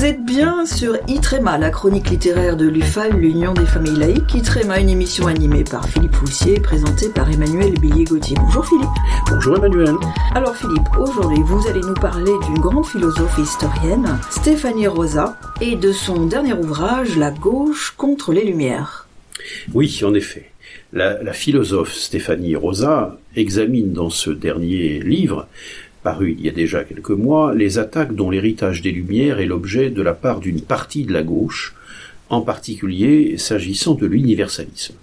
Vous êtes bien sur ITREMA, la chronique littéraire de l'UFAL, l'Union des familles laïques. ITREMA, une émission animée par Philippe Foussier et présentée par Emmanuel Billier-Gauthier. Bonjour Philippe. Bonjour Emmanuel. Alors Philippe, aujourd'hui vous allez nous parler d'une grande philosophe et historienne, Stéphanie Rosa, et de son dernier ouvrage, La gauche contre les Lumières. Oui, en effet. La philosophe Stéphanie Rosa examine dans ce dernier livre, paru il y a déjà quelques mois, les attaques dont l'héritage des Lumières est l'objet de la part d'une partie de la gauche, en particulier s'agissant de l'universalisme.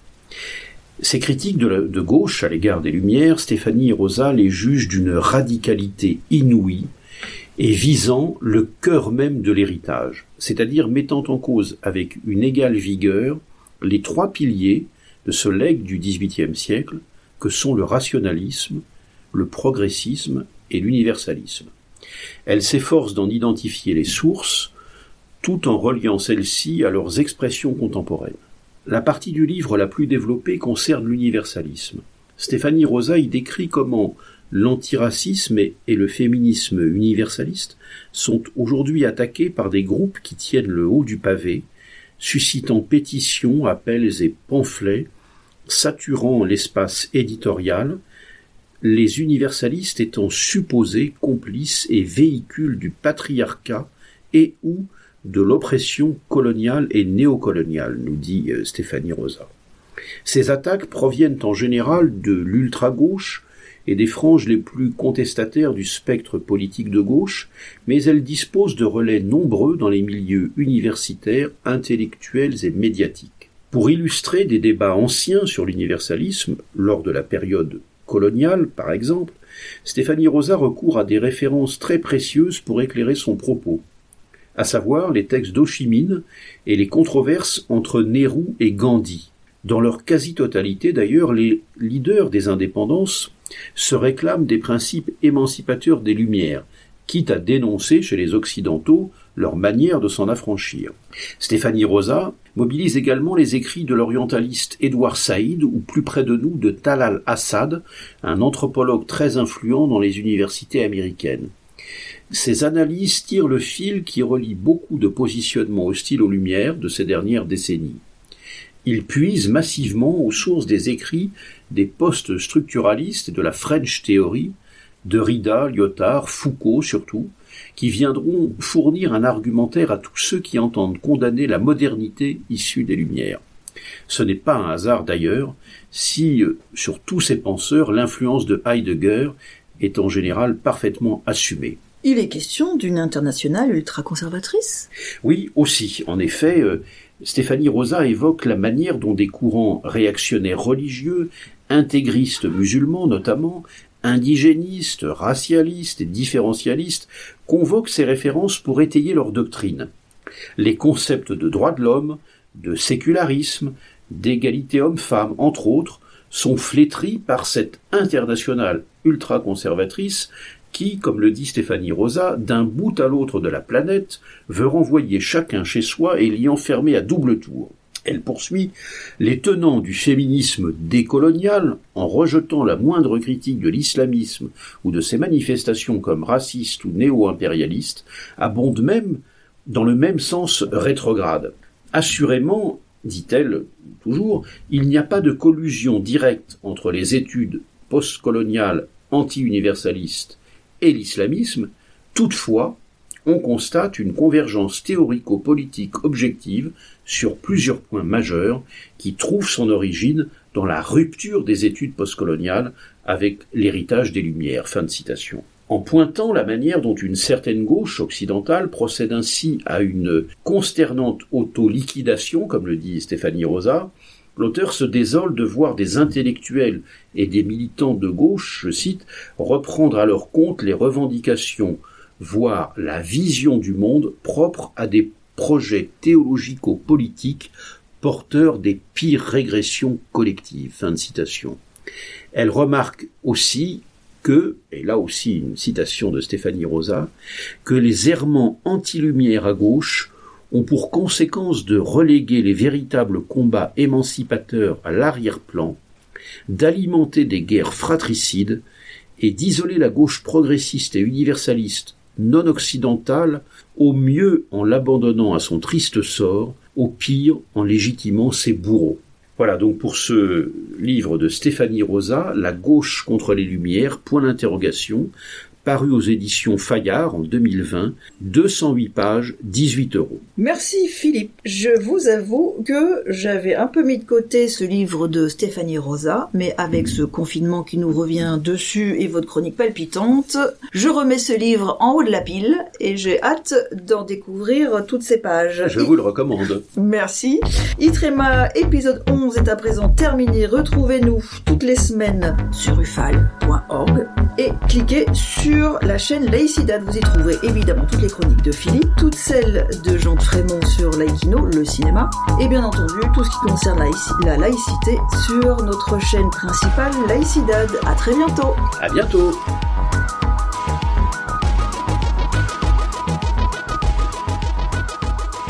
Ces critiques de gauche à l'égard des Lumières, Stéphanie Rosa les juge d'une radicalité inouïe et visant le cœur même de l'héritage, c'est-à-dire mettant en cause avec une égale vigueur les trois piliers de ce legs du XVIIIe siècle que sont le rationalisme, le progressisme et l'universalisme. Elle s'efforce d'en identifier les sources, tout en reliant celles-ci à leurs expressions contemporaines. La partie du livre la plus développée concerne l'universalisme. Stéphanie Rosa y décrit comment l'antiracisme et le féminisme universaliste sont aujourd'hui attaqués par des groupes qui tiennent le haut du pavé, suscitant pétitions, appels et pamphlets, saturant l'espace éditorial, les universalistes étant supposés complices et véhicules du patriarcat et ou de l'oppression coloniale et néocoloniale, nous dit Stéphanie Rosa. Ces attaques proviennent en général de l'ultra-gauche et des franges les plus contestataires du spectre politique de gauche, mais elles disposent de relais nombreux dans les milieux universitaires, intellectuels et médiatiques. Pour illustrer des débats anciens sur l'universalisme, lors de la période coloniale, par exemple, Stéphanie Rosa recourt à des références très précieuses pour éclairer son propos, à savoir les textes d'Ho Chi Minh et les controverses entre Nehru et Gandhi. Dans leur quasi-totalité, d'ailleurs, les leaders des indépendances se réclament des principes émancipateurs des Lumières, quitte à dénoncer chez les Occidentaux leur manière de s'en affranchir. Stéphanie Rosa mobilise également les écrits de l'orientaliste Edward Said, ou plus près de nous de Talal Assad, un anthropologue très influent dans les universités américaines. Ces analyses tirent le fil qui relie beaucoup de positionnements hostiles aux Lumières de ces dernières décennies. Ils puisent massivement aux sources des écrits des post-structuralistes et de la French Theory, Derrida, Lyotard, Foucault surtout, qui viendront fournir un argumentaire à tous ceux qui entendent condamner la modernité issue des Lumières. Ce n'est pas un hasard d'ailleurs si, sur tous ces penseurs, l'influence de Heidegger est en général parfaitement assumée. Il est question d'une internationale ultra-conservatrice ? Oui, aussi. En effet, Stéphanie Rosa évoque la manière dont des courants réactionnaires religieux, intégristes musulmans notamment, indigénistes, racialistes et différentialistes convoquent ces références pour étayer leur doctrine. Les concepts de droits de l'homme, de sécularisme, d'égalité homme-femme, entre autres, sont flétris par cette internationale ultra-conservatrice qui, comme le dit Stéphanie Rosa, d'un bout à l'autre de la planète, veut renvoyer chacun chez soi et l'y enfermer à double tour. Elle poursuit, les tenants du féminisme décolonial, en rejetant la moindre critique de l'islamisme ou de ses manifestations comme racistes ou néo-impérialistes, abondent même dans le même sens rétrograde. Assurément, dit-elle toujours, il n'y a pas de collusion directe entre les études postcoloniales anti-universalistes et l'islamisme. Toutefois, on constate une convergence théorico-politique objective sur plusieurs points majeurs qui trouvent son origine dans la rupture des études postcoloniales avec l'héritage des Lumières. Fin de citation. En pointant la manière dont une certaine gauche occidentale procède ainsi à une consternante auto-liquidation, comme le dit Stéphanie Rosa, l'auteur se désole de voir des intellectuels et des militants de gauche, je cite, reprendre à leur compte les revendications, voire la vision du monde propre à des projets théologico-politiques porteurs des pires régressions collectives. Fin de citation. Elle remarque aussi que, et là aussi une citation de Stéphanie Rosa, que les errements anti-lumière à gauche ont pour conséquence de reléguer les véritables combats émancipateurs à l'arrière-plan, d'alimenter des guerres fratricides et d'isoler la gauche progressiste et universaliste non occidentale, au mieux en l'abandonnant à son triste sort, au pire en légitimant ses bourreaux. Voilà donc pour ce livre de Stéphanie Rosa, La gauche contre les Lumières, point d'interrogation, paru aux éditions Fayard en 2020, 208 pages, 18 €. Merci Philippe. Je vous avoue que j'avais un peu mis de côté ce livre de Stéphanie Rosa, mais avec ce confinement qui nous revient dessus et votre chronique palpitante, je remets ce livre en haut de la pile et j'ai hâte d'en découvrir toutes ces pages. Je vous le recommande. Merci. Itrema, épisode 11 est à présent terminé. Retrouvez-nous toutes les semaines sur ufal.org et cliquez sur la chaîne Laïcidad. Vous y trouverez évidemment toutes les chroniques de Philippe, toutes celles de Jean de Frémont sur Laïkino, le cinéma, et bien entendu tout ce qui concerne la laïcité sur notre chaîne principale Laïcidad. À très bientôt. À bientôt.